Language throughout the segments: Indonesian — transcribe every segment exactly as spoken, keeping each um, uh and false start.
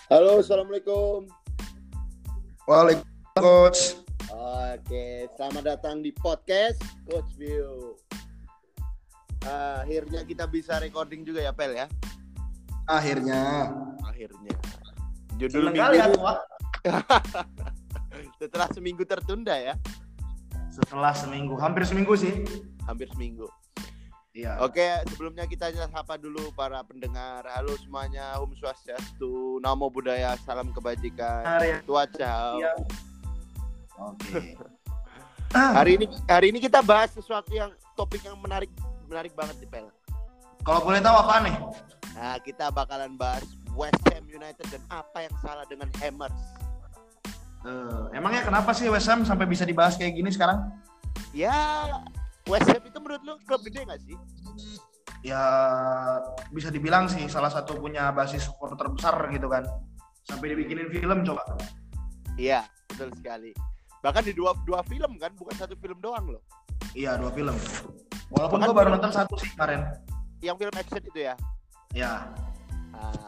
Halo, assalamualaikum. Waalaikumsalam coach. Oke, selamat datang di podcast Coach View. Akhirnya kita bisa recording juga ya, Pel ya? Akhirnya. Akhirnya. Judul Seneng kali minggu aku, Wak. setelah seminggu tertunda ya? Setelah seminggu, hampir seminggu sih. Hampir seminggu. Iya. Oke, sebelumnya kita sapa dulu para pendengar. Halo semuanya, Om Swastiastu, Namo Buddhaya, salam kebajikan. Hari Tua Ciao. Iya. Oke. Hari ini hari ini kita bahas sesuatu yang topik yang menarik menarik banget nih, Pel. Kalau boleh tahu apa nih? Nah, kita bakalan bahas West Ham United dan apa yang salah dengan Hammers. Uh, emangnya kenapa sih West Ham sampai bisa dibahas kayak gini sekarang? Ya, West Ham itu menurut lu klub gede nggak sih? Ya bisa dibilang sih salah satu punya basis supporter besar gitu kan. Sampai dibikinin film coba. Iya, betul sekali. Bahkan di dua dua film kan, bukan satu film doang loh. Iya, dua film. Walaupun Bahkan gue baru film- nonton satu sih kemarin. Yang film action itu ya. Ya. Ah.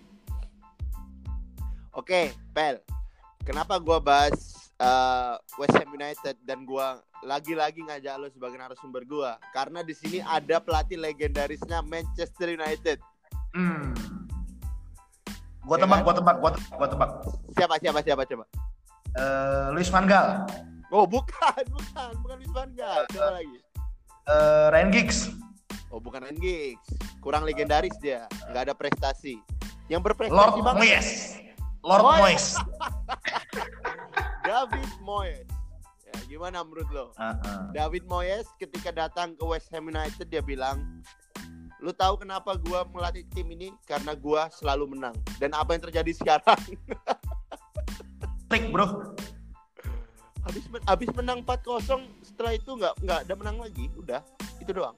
Oke, Pel. Kenapa gua bahas uh, West Ham United dan gua lagi-lagi ngajak lo sebagai narasumber gua? Karena di sini ada pelatih legendarisnya Manchester United. Hmm. Gua Ya tebak, kan? gua tebak, gua tebak, gua tebak. Siapa siapa siapa coba? Uh, Luis van Gaal. Oh, bukan, bukan, bukan Luis van Gaal. Siapa lagi? Uh, Ryan Giggs. Oh, bukan Ryan Giggs. Kurang legendaris dia, nggak ada prestasi. Yang berprestasi Lord banget. Moyes. Lord Oh, iya. Moyes. David Moyes. Ya, gimana menurut lo? Uh-uh. David Moyes ketika datang ke West Ham United dia bilang, lu tahu kenapa gua melatih tim ini? Karena gua selalu menang. Dan apa yang terjadi sekarang? Trik bro. habis men- habis menang empat kosong, setelah itu nggak nggak ada menang lagi, udah itu doang.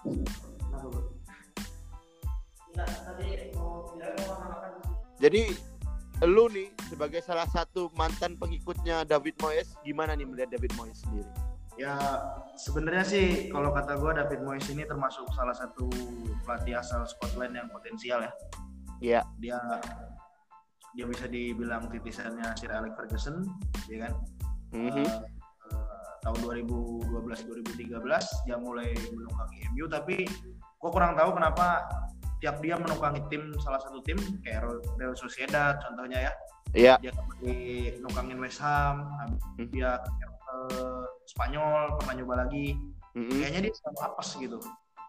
Jadi lu nih sebagai salah satu mantan pengikutnya David Moyes, gimana nih melihat David Moyes sendiri? Ya sebenarnya sih kalau kata gue David Moyes ini termasuk salah satu pelatih asal Scotland yang potensial ya. Iya. Dia dia bisa dibilang titisannya Sir Alex Ferguson, ya kan? Mm-hmm. Uh, uh, tahun dua ribu dua belas dua ribu tiga belas dia mulai menukangi M U, tapi gue kurang tahu kenapa tiap dia menukangi tim salah satu tim kayak Real Sociedad contohnya ya. Iya. Dia kembali nukangin West Ham, Mm-hmm. dia ke uh, Spanyol pernah nyoba lagi. Mm-hmm. Kayaknya dia selalu apes gitu.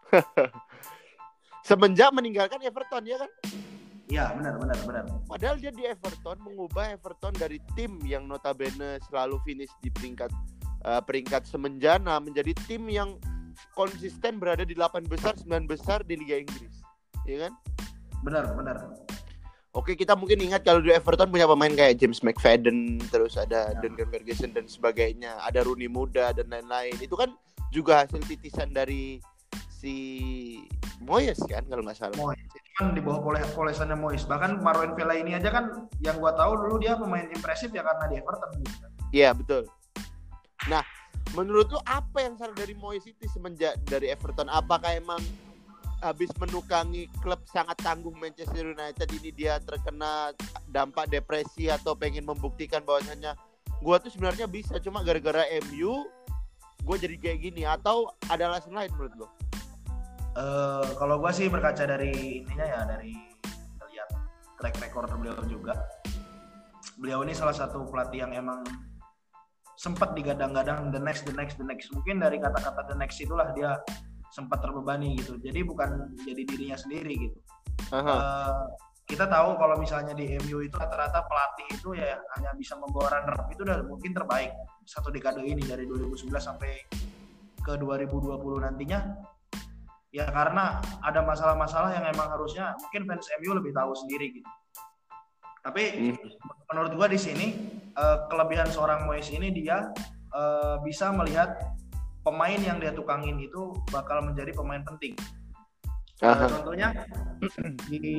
Semenjak meninggalkan Everton ya kan? Iya benar benar benar. Padahal dia di Everton mengubah Everton dari tim yang notabene selalu finish di peringkat uh, peringkat semenjana menjadi tim yang konsisten berada di delapan besar, sembilan besar di Liga Inggris. Iya kan? Benar benar. Oke, kita mungkin ingat kalau di Everton punya pemain kayak James McFadden, terus ada Ya. Duncan Ferguson dan sebagainya, ada Rooney muda dan lain-lain. Itu kan juga hasil titisan dari si Moyes kan kalau nggak salah. Moyes itu kan di bawah pole polesannya Moyes. Bahkan Marouane Fellaini ini aja kan yang gua tahu dulu dia pemain impresif ya karena di Everton gitu. Iya, betul. Nah, menurut lu apa yang salah dari Moyes itu semenjak dari Everton? Apakah emang habis menukangi klub sangat tangguh Manchester United ini dia terkena dampak depresi atau pengen membuktikan bahwasannya gua tuh sebenarnya bisa, cuma gara-gara M U gua jadi kayak gini, atau ada alasan lain menurut lo? Uh, kalau gua sih berkaca dari ininya ya, dari lihat track record beliau juga. Beliau ini salah satu pelatih yang emang sempat digadang-gadang the next the next the next. Mungkin dari kata-kata the next itulah dia sempat terbebani gitu. Jadi bukan jadi dirinya sendiri gitu. Uh, kita tahu kalau misalnya di M U itu rata-rata pelatih itu ya hanya bisa membawa runner up itu udah mungkin terbaik satu dekade ini dari dua ribu sebelas sampai ke dua ribu dua puluh nantinya. Ya karena ada masalah-masalah yang emang harusnya mungkin fans M U lebih tahu sendiri gitu. Tapi hmm. menurut gua di sini uh, kelebihan seorang Moyes ini dia uh, bisa melihat pemain yang dia tukangin itu bakal menjadi pemain penting. Uh, contohnya di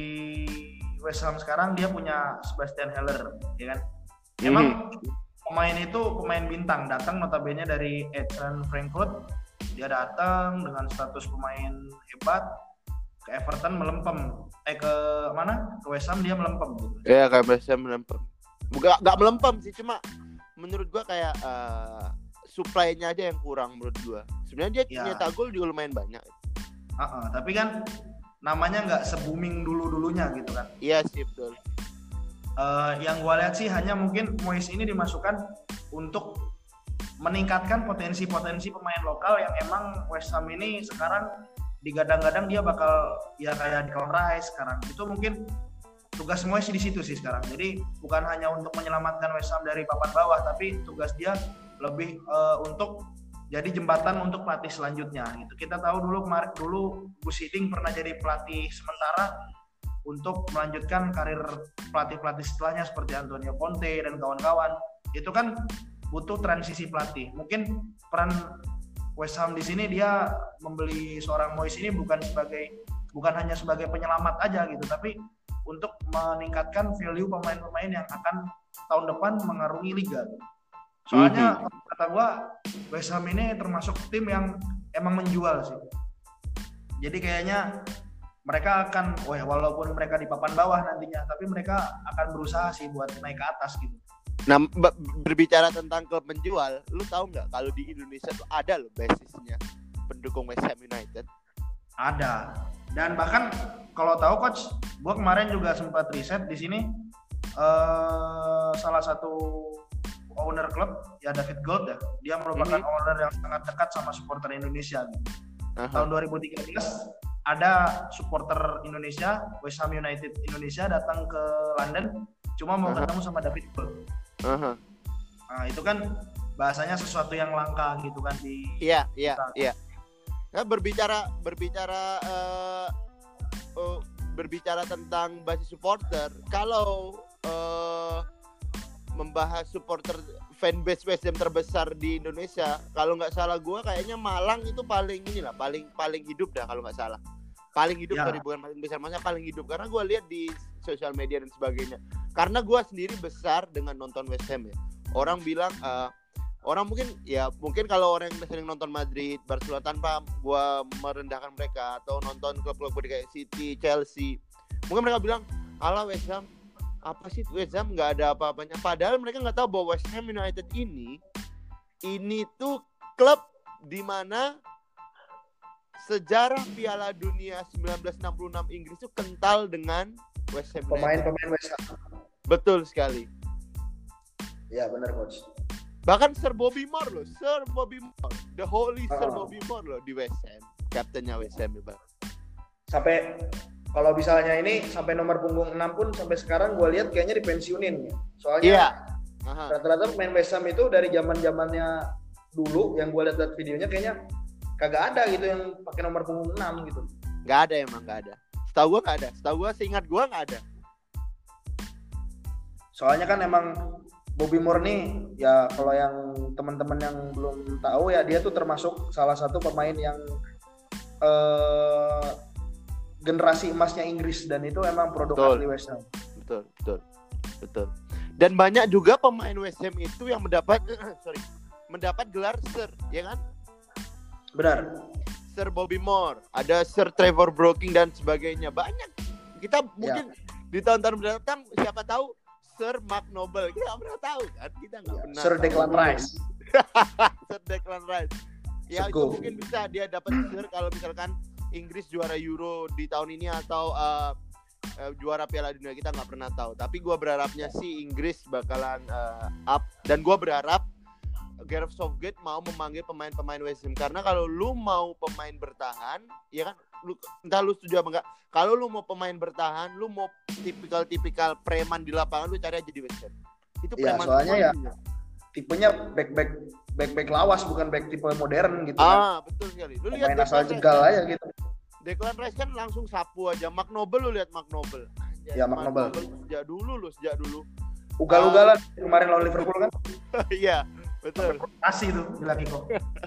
West Ham sekarang dia punya Sebastian Haller, ya kan? Emang mm-hmm. pemain itu pemain bintang, datang notabene dari Eintracht Frankfurt. Dia datang dengan status pemain hebat, ke Everton melempem, eh ke mana? Ke West Ham dia melempem gitu. Iya, kayak West Ham melempem. Bukan nggak melempem sih, cuma menurut gua kayak uh, supply-nya aja yang kurang menurut gua. Sebenarnya dia Ya. nyetak gol juga lumayan banyak. Uh-uh, tapi kan namanya nggak se-booming dulu-dulunya gitu kan. Iya sih, betul. Uh, yang gua lihat sih hanya mungkin Moyes ini dimasukkan untuk meningkatkan potensi-potensi pemain lokal yang emang West Ham ini sekarang digadang-gadang dia bakal ya kayak Declan Rice sekarang. Itu mungkin tugas Moyes di situ sih sekarang. Jadi bukan hanya untuk menyelamatkan West Ham dari papan bawah, tapi tugas dia lebih uh, untuk jadi jembatan untuk pelatih selanjutnya gitu. Kita tahu dulu kemarin dulu Gus Hiddink pernah jadi pelatih sementara untuk melanjutkan karir pelatih-pelatih setelahnya seperti Antonio Conte dan kawan-kawan. Itu kan butuh transisi pelatih. Mungkin peran West Ham di sini dia membeli seorang Moyes ini bukan sebagai bukan hanya sebagai penyelamat aja gitu, tapi untuk meningkatkan value pemain-pemain yang akan tahun depan mengarungi liga. Soalnya mm-hmm. kata gua West Ham ini termasuk tim yang emang menjual sih. Jadi kayaknya mereka akan, wah walaupun mereka di papan bawah nantinya, tapi mereka akan berusaha sih buat naik ke atas gitu. Nah, berbicara tentang klub menjual, lu tahu nggak kalau di Indonesia tuh ada loh basisnya pendukung West Ham United? Ada. Dan bahkan kalau tahu coach, gua kemarin juga sempat riset di sini uh, salah satu owner klub ya David Gold ya. Dia merupakan mm-hmm. owner yang sangat dekat sama supporter Indonesia. Uh-huh. Tahun dua ribu tiga belas ada supporter Indonesia, West Ham United Indonesia datang ke London cuma mau uh-huh. ketemu sama David Gold. Uh-huh. Nah, itu kan bahasanya sesuatu yang langka gitu kan di Iya, iya, iya. Nah, berbicara berbicara uh, uh, berbicara tentang basis supporter, kalau uh, membahas supporter fanbase West Ham terbesar di Indonesia, kalau nggak salah gue kayaknya Malang itu paling inilah paling paling hidup dah kalau nggak salah. Paling hidup ya. Sorry, bukan paling besar, maksudnya paling hidup karena gue lihat di sosial media dan sebagainya. Karena gue sendiri besar dengan nonton West Ham ya. Orang bilang uh, orang mungkin ya mungkin kalau orang yang sering nonton Madrid, Barcelona tanpa gue merendahkan mereka atau nonton klub-klub kayak City, Chelsea, mungkin mereka bilang ala West Ham apa sih West Ham nggak ada apa-apanya. Padahal mereka nggak tahu bahwa West Ham United ini ini tuh klub di mana sejarah Piala Dunia seribu sembilan ratus enam puluh enam Inggris itu kental dengan West Ham United. Pemain-pemain West Ham. Betul sekali. Ya benar coach. Bahkan Sir Bobby Moore loh, Sir Bobby Moore, the holy uh. Sir Bobby Moore loh di West Ham, kaptennya West Ham Bang. Sampai kalau misalnya ini sampai nomor punggung enam pun sampai sekarang gue lihat kayaknya dipensiunin ya. Soalnya yeah. rata-rata pemain West Ham itu dari zaman-zamannya dulu yang gue lihat videonya kayaknya kagak ada gitu yang pakai nomor punggung enam gitu. Gak ada emang, gak ada. Setahu gue gak ada. Setahu gue seingat gue gak ada. Soalnya kan emang Bobby Moore nih ya kalau yang teman-teman yang belum tahu ya dia tuh termasuk salah satu pemain yang eh, generasi emasnya Inggris dan itu emang produk asli West Ham. Betul, betul, betul. Dan banyak juga pemain West Ham itu yang mendapat sorry mendapat gelar Sir, ya kan? Benar. Sir Bobby Moore, ada Sir Trevor Brooking dan sebagainya. Banyak. Kita mungkin ya. Di tahun-tahun mendatang siapa tahu Sir Mark Noble. Kita nggak pernah tahu kan? Kita nggak ya. pernah. Sir Declan Rice. Sir Declan Rice. Ya Sego. Itu mungkin bisa dia dapat Sir kalau misalkan Inggris juara Euro di tahun ini atau uh, uh, juara Piala Dunia, kita nggak pernah tahu. Tapi gue berharapnya sih Inggris bakalan uh, up dan gue berharap Gareth Southgate mau memanggil pemain-pemain West Ham karena kalau lu mau pemain bertahan, ya kan, lu, entah lu setuju apa enggak. Kalau lu mau pemain bertahan, lu mau tipikal-tipikal preman di lapangan, lu cari aja di West Ham. Itu preman. Ya, soalnya ya juga. Tipenya back-back back-back lawas bukan back tipe modern gitu ah, kan. Ah, betul sekali. Lu lihat main asal jegal aja gitu. Declan Rice kan langsung sapu aja. Mark Noble, lu lihat Mark Noble. Ya, Mark Noble. Sejak dulu lu, sejak dulu. Ugal-ugalan uh, kemarin lawan Liverpool kan. Iya. Betul. Kasih tuh bilang kok.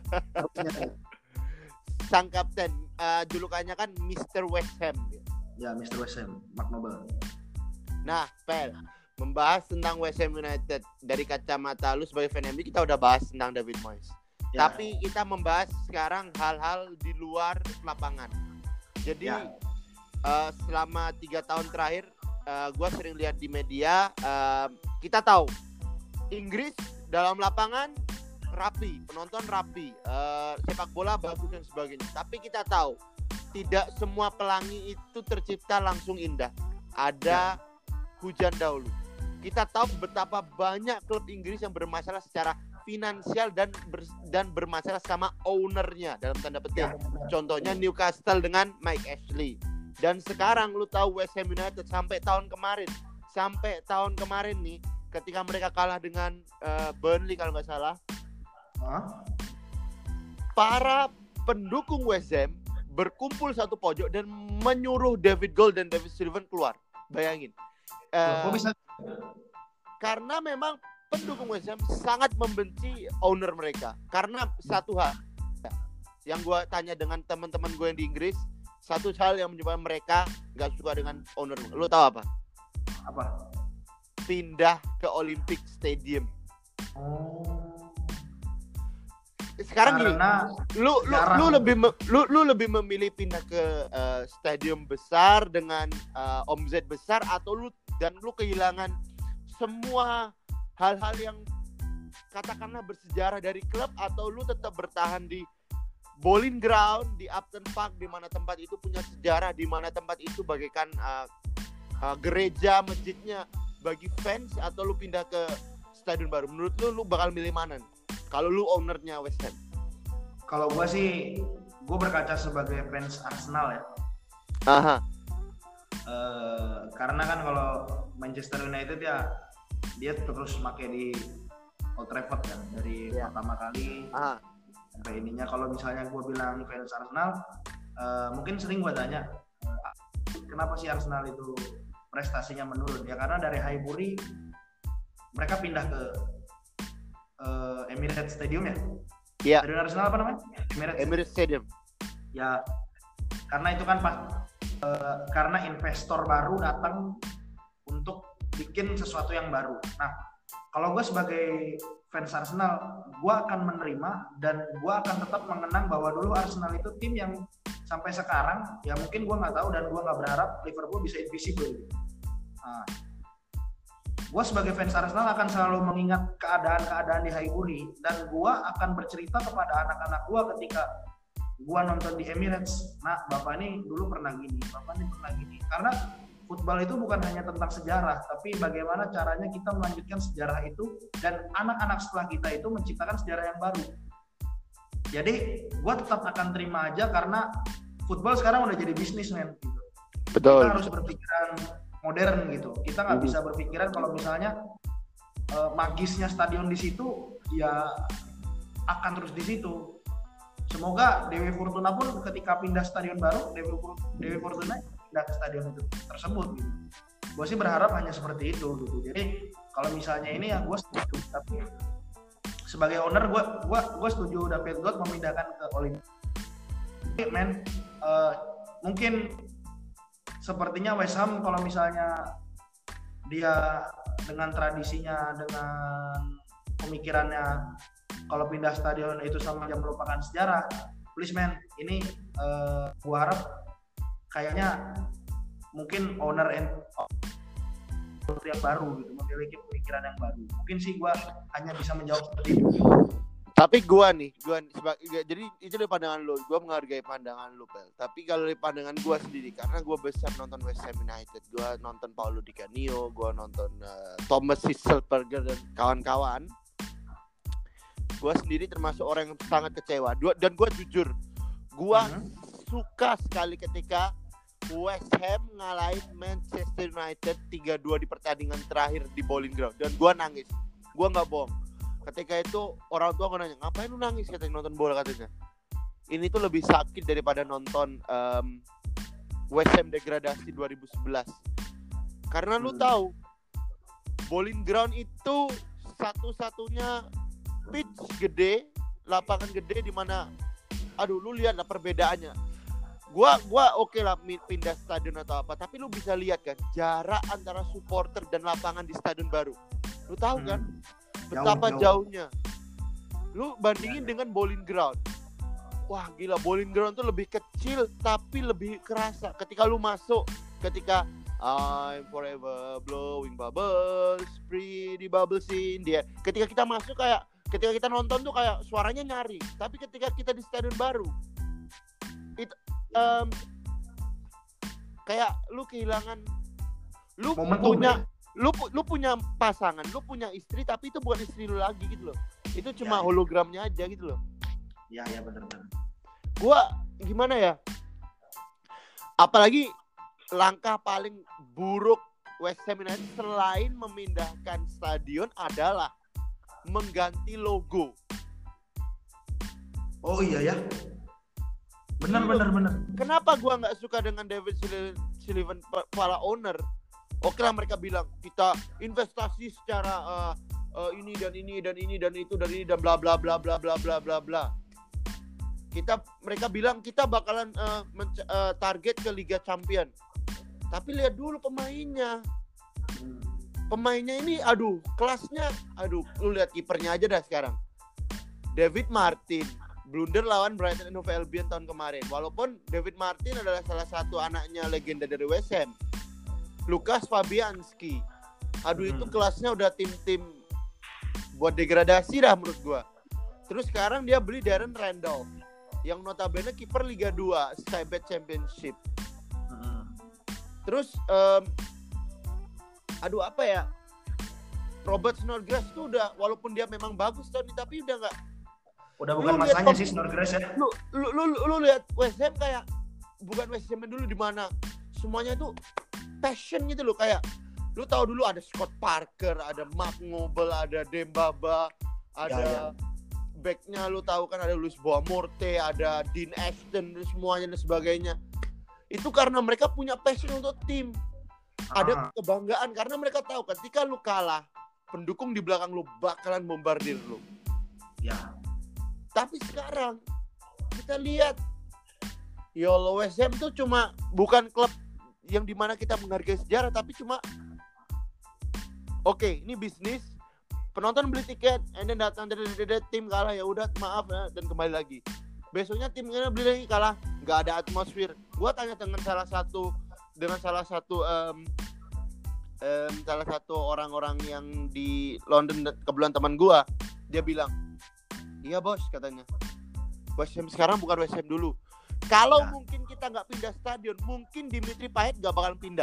Sang kapten uh, julukannya kan mister West Ham. Ya, mister West Ham, Mark Noble. Nah, Pel, membahas tentang West Ham United dari kacamata lu sebagai fan M U, kita udah bahas tentang David Moyes. Ya. Tapi kita membahas sekarang hal-hal di luar lapangan. Jadi ya. uh, selama tiga tahun terakhir uh, gue sering lihat di media, uh, kita tahu Inggris dalam lapangan rapi, penonton rapi, uh, sepak bola bagus dan sebagainya. Tapi kita tahu tidak semua pelangi itu tercipta langsung indah. Ada hujan dahulu. Kita tahu betapa banyak klub Inggris yang bermasalah secara finansial dan ber, dan bermasalah sama ownernya dalam tanda petik. Ya. Contohnya Newcastle dengan Mike Ashley. Dan sekarang lu tahu West Ham United sampai tahun kemarin, sampai tahun kemarin nih, ketika mereka kalah dengan uh, Burnley kalau nggak salah, huh? para pendukung West Ham berkumpul satu pojok dan menyuruh David Gold dan David Sullivan keluar. Bayangin. Uh, bisa? Karena memang pendukung West Ham sangat membenci owner mereka. Karena satu hal yang gue tanya dengan teman-teman gue yang di Inggris, satu hal yang menyebabkan mereka gak suka dengan owner. Lu tahu apa? Apa? Pindah ke Olympic Stadium. Oh. Sekarang Karena gini, lu lu, lu lebih me, lu lu lebih memilih pindah ke uh, stadium besar dengan uh, omzet besar, atau lu dan lu kehilangan semua hal-hal yang katakanlah bersejarah dari klub, atau lu tetap bertahan di Bowling Ground, di Upton Park, di mana tempat itu punya sejarah, di mana tempat itu bagaikan uh, uh, gereja masjidnya bagi fans, atau lu pindah ke stadion baru? Menurut lu lu bakal milih mana kalau lu ownernya West Ham? Kalau gua sih, gua berkaca sebagai fans Arsenal ya. Aha. Uh, karena kan kalau Manchester United ya dia terus pakai di Old Trafford kan dari yeah. pertama kali Aha. sampai ininya. Kalau misalnya gue bilang fans Arsenal, uh, mungkin sering gue tanya uh, kenapa sih Arsenal itu prestasinya menurun? Ya karena dari Highbury mereka pindah ke uh, Emirates Stadium ya. Iya. Yeah. Dari Arsenal apa namanya? Emirates, Emirates Stadium. Ya karena itu kan pas uh, karena investor baru datang untuk bikin sesuatu yang baru. Nah, kalau gue sebagai fans Arsenal, gue akan menerima dan gue akan tetap mengenang bahwa dulu Arsenal itu tim yang sampai sekarang, ya mungkin gue nggak tahu dan gue nggak berharap Liverpool bisa invisible. Nah, gue sebagai fans Arsenal akan selalu mengingat keadaan-keadaan di Highbury, dan gue akan bercerita kepada anak-anak gue ketika gue nonton di Emirates. Nah, bapak ini dulu pernah gini, bapak ini pernah gini. Karena football itu bukan hanya tentang sejarah, tapi bagaimana caranya kita melanjutkan sejarah itu dan anak-anak setelah kita itu menciptakan sejarah yang baru. Jadi, gue tetap akan terima aja karena football sekarang udah jadi bisnis, men. Gitu. Betul. Kita harus berpikiran modern gitu. Kita nggak hmm. bisa berpikiran kalau misalnya uh, magisnya stadion di situ, ya akan terus di situ. Semoga Dewi Fortuna pun ketika pindah stadion baru, Dewi, Dewi Fortuna pindah ke stadion itu tersebut gitu. Gue sih berharap hanya seperti itu gitu. Jadi kalau misalnya ini ya gue setuju, tapi sebagai owner gue gue gue setuju David Gold memindahkan ke Olympic. Men, uh, mungkin sepertinya West Ham kalau misalnya dia dengan tradisinya, dengan pemikirannya kalau pindah stadion itu sama aja merupakan sejarah, please man, ini uh, gue harap kayaknya mungkin owner and yang baru gitu, memiliki pemikiran yang baru. Mungkin sih gue hanya bisa menjawab seperti itu. Tapi gue nih, gue jadi itu dari pandangan lo, gue menghargai pandangan lo, Pel. Tapi kalau dari pandangan gue sendiri, karena gue besar nonton West Ham United, gue nonton Paulo Di Canio, gue nonton uh, Thomas Hitzlsperger dan kawan-kawan. Gue sendiri termasuk orang yang sangat kecewa. Dan gue jujur, gue hmm. suka sekali ketika West Ham ngalahin Manchester United tiga dua di pertandingan terakhir di Bowling Ground. Dan gue nangis. Gue gak bohong. Ketika itu orang tua gue nanya, ngapain lu nangis katanya nonton bola katanya. Ini tuh lebih sakit daripada nonton um, West Ham degradasi dua ribu sebelas. Karena lu tahu, Bowling Ground itu satu-satunya pitch gede, lapangan gede di mana, aduh lu lihat lah perbedaannya. Gua gua oke okay lah pindah stadion atau apa, tapi lu bisa lihat kan jarak antara supporter dan lapangan di stadion baru. Lu tahu kan hmm. betapa jauh, jauh. jauhnya. Lu bandingin ya, ya. dengan Bowling Ground. wah gila, bowling ground tuh lebih kecil tapi lebih kerasa ketika lu masuk, ketika I'm forever blowing bubbles, pretty bubbles in the air. Ketika kita masuk kayak, ketika kita nonton tuh kayak suaranya nyaring. Tapi ketika kita di stadion baru, itu um, kayak lu kehilangan, lu Momentum, punya, ya? lu lu punya pasangan, lu punya istri, tapi itu bukan istri lu lagi gitu loh. Itu cuma ya, hologramnya aja gitu loh. Iya, iya benar-benar. Gua gimana ya? Apalagi langkah paling buruk West Ham United selain memindahkan stadion adalah mengganti logo. Oh iya ya. Benar, benar, benar. Kenapa gua nggak suka dengan David Sullivan, para owner? Oke lah mereka bilang kita investasi secara uh, uh, ini dan ini dan ini dan itu dan ini dan bla bla bla bla bla bla bla bla. Kita mereka bilang kita bakalan uh, menc- uh, target ke Liga Champion. Tapi lihat dulu pemainnya. Pemainnya ini aduh, kelasnya aduh, lu lihat kipernya aja dah sekarang. David Martin blunder lawan Brighton and Hove Albion tahun kemarin. Walaupun David Martin adalah salah satu anaknya legenda dari West Ham. Lukas Fabianski. Aduh hmm. itu kelasnya udah tim-tim buat degradasi dah menurut gua. Terus sekarang dia beli Darren Randolph yang notabene kiper Liga dua Sky Bet Championship. Hmm. Terus um, aduh apa ya? Robert Snodgrass tuh udah, walaupun dia memang bagus tahun ini, tapi udah nggak. Udah bukan masanya sih Snodgrass ya. Lu lu lu, lu, lu lihat West Ham kayak bukan West Ham dulu di mana semuanya tuh passion gitu loh, kayak lu tahu dulu ada Scott Parker, ada Mark Noble, ada Dembaba, ada ya, ya. Backnya lu tahu kan ada Luis Boamorte, ada Dean Ashton, semuanya dan sebagainya. Itu karena mereka punya passion untuk tim. Ada kebanggaan karena mereka tahu ketika lu kalah, pendukung di belakang lu bakalan bombardir lu. Ya. Tapi sekarang kita lihat ya Allah, West Ham tuh cuma bukan klub yang dimana kita menghargai sejarah, tapi cuma oke, okay, ini bisnis, penonton beli tiket, and then datang dari tim kalah, ya udah maaf ya, dan kembali lagi. Besoknya timnya beli lagi kalah, nggak ada atmosfer. Gua tanya dengan salah satu dengan salah satu um, um, salah satu orang-orang yang di London, kebetulan teman gua, dia bilang, iya bos, katanya West Ham sekarang bukan West Ham dulu. Kalau ya. Mungkin kita nggak pindah stadion, mungkin Dimitri Payet nggak bakalan pindah.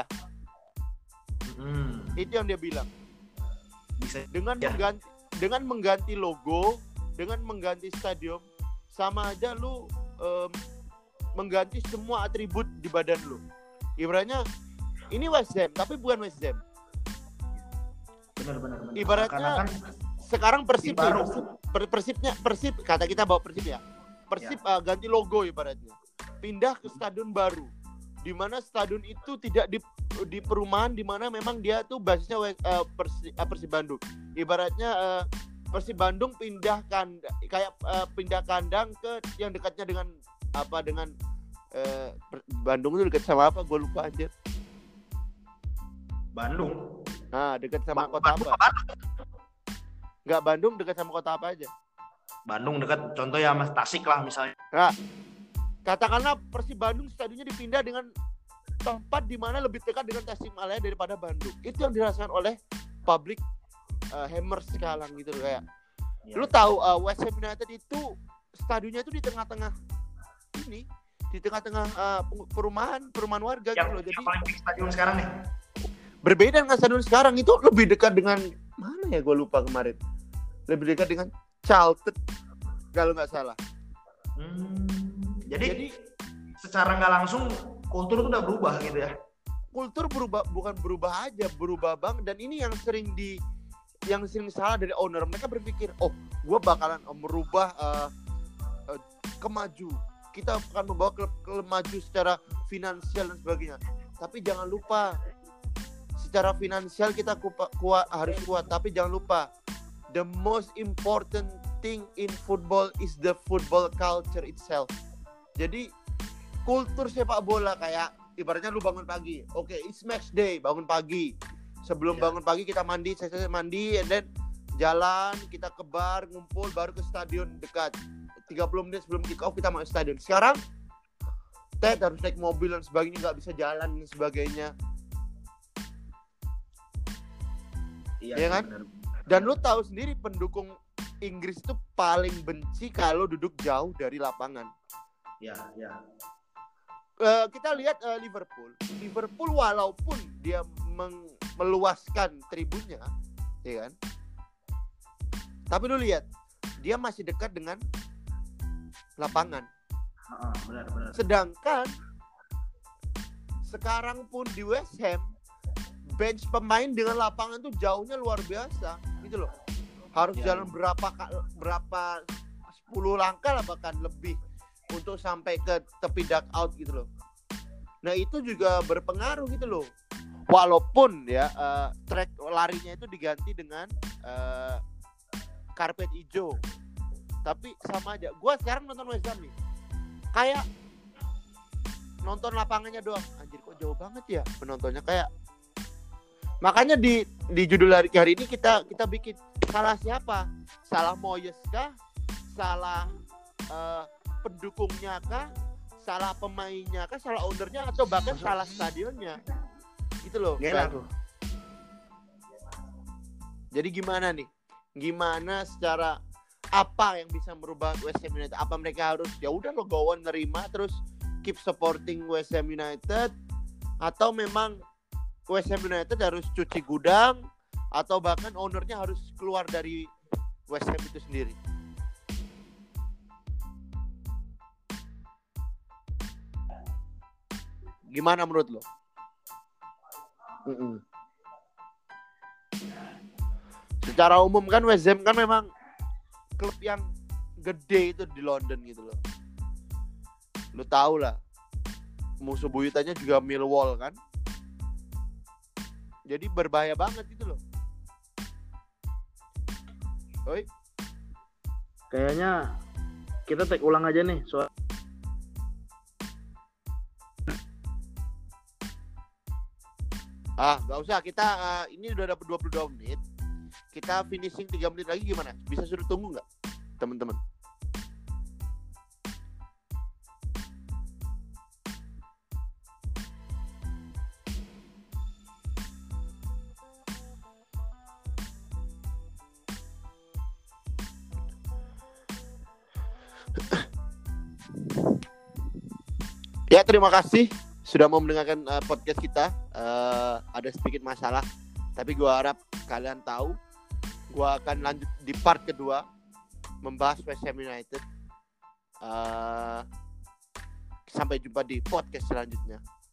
Hmm. Itu yang dia bilang. Bisa, dengan ya. mengganti dengan mengganti logo, dengan mengganti stadion, sama aja lu um, mengganti semua atribut di badan lu. Ibaratnya ini West Ham, tapi bukan West Ham. Benar-benar. Ibaratnya kan sekarang Persib, Persib, Persibnya Persib, kata kita bawa Persib ya. Persib ya. uh, ganti logo ibaratnya. Pindah ke stadion baru, di mana stadion itu tidak di, di perumahan, di mana memang dia tuh basisnya uh, Persib, uh, Persib Bandung. Ibaratnya uh, Persib Bandung pindah kandang, kayak uh, pindah kandang ke yang dekatnya dengan apa dengan uh, Bandung itu dekat sama apa? Gue lupa anjir. Bandung. Nah, dekat sama ba- kota Bandung, apa? Bandung. Enggak, Bandung dekat sama kota apa aja? Bandung dekat, contoh ya Mas Tasik lah misalnya. Nah, katakanlah Persib Bandung stadionnya dipindah dengan tempat di mana lebih dekat dengan Tasikmalaya daripada Bandung. Itu yang dirasakan oleh public uh, Hammers sekarang gitu loh, kayak. Ya. Lu tahu uh, West Ham United itu stadionnya itu di tengah-tengah ini, di tengah-tengah uh, perumahan, perumahan warga yang, gitu loh. Jadi yang paling big stadion sekarang nih. Berbeda dengan stadion sekarang, itu lebih dekat dengan mana ya, gue lupa kemarin. Lebih dekat dengan Charlton kalau nggak salah. Hmm. Jadi, Jadi secara nggak langsung kultur itu udah berubah gitu ya. Kultur berubah, bukan berubah aja, berubah bang. Dan ini yang sering di, yang sering salah dari owner. Mereka berpikir, oh, gue bakalan merubah uh, uh, kemaju. Kita akan membawa klub ke maju secara finansial dan sebagainya. Tapi jangan lupa, secara finansial kita kuat, kuat harus kuat. Tapi jangan lupa, the most important thing in football is the football culture itself. Jadi kultur sepak bola kayak ibaratnya lu bangun pagi, oke, okay, it's match day, bangun pagi. Sebelum yeah. bangun pagi kita mandi, saya mandi, and then jalan, kita ke bar, ngumpul, baru ke stadion dekat. tiga puluh menit sebelum kick off kita masuk stadion. Sekarang Ted harus naik mobil dan sebagainya, nggak bisa jalan dan sebagainya. Iya, ya kan? Bener. Dan lu tahu sendiri pendukung Inggris itu paling benci kalau duduk jauh dari lapangan. Ya, ya. Uh, kita lihat uh, Liverpool. Liverpool walaupun dia meng- meluaskan tribunnya, ya kan? Tapi lu lihat, dia masih dekat dengan lapangan. Uh, benar, benar. Sedangkan sekarang pun di West Ham, bench pemain dengan lapangan tuh jauhnya luar biasa, gitu loh. Harus ya. jalan berapa berapa sepuluh langkah lah bahkan lebih untuk sampai ke tepi dugout gitu loh. Nah itu juga berpengaruh gitu loh. Walaupun ya uh, track larinya itu diganti dengan uh, karpet hijau, tapi sama aja. Gua sekarang nonton West Ham nih, kayak nonton lapangannya doang. Anjir kok jauh banget ya penontonnya. Kayak makanya di di judul hari, hari ini kita kita bikin salah siapa? Salah Moyes kah? Salah uh, pendukungnya kah? Salah pemainnya kah? Salah ownernya atau bahkan salah stadionnya? Gitu loh. Gila tuh. Jadi gimana nih? Gimana secara apa yang bisa merubah West Ham United? Apa mereka harus ya udah lo go on nerima terus keep supporting West Ham United, atau memang West Ham United harus cuci gudang, atau bahkan ownernya harus keluar dari West Ham itu sendiri? Gimana menurut lo? Mm-mm. Secara umum kan West Ham kan memang klub yang gede itu di London gitu loh. Lo tau lah, musuh buyutannya juga Millwall kan. Jadi berbahaya banget gitu loh. Oi. Kayaknya kita take ulang aja nih soal Ah, nggak usah. Kita uh, ini udah dapat dua puluh dua menit. Kita finishing tiga menit lagi gimana? Bisa suruh tunggu nggak, teman-teman? Ya, terima kasih sudah mau mendengarkan uh, podcast kita. Uh, ada sedikit masalah, tapi gue harap kalian tahu. Gue akan lanjut di part kedua membahas West Ham United. Uh, sampai jumpa di podcast selanjutnya.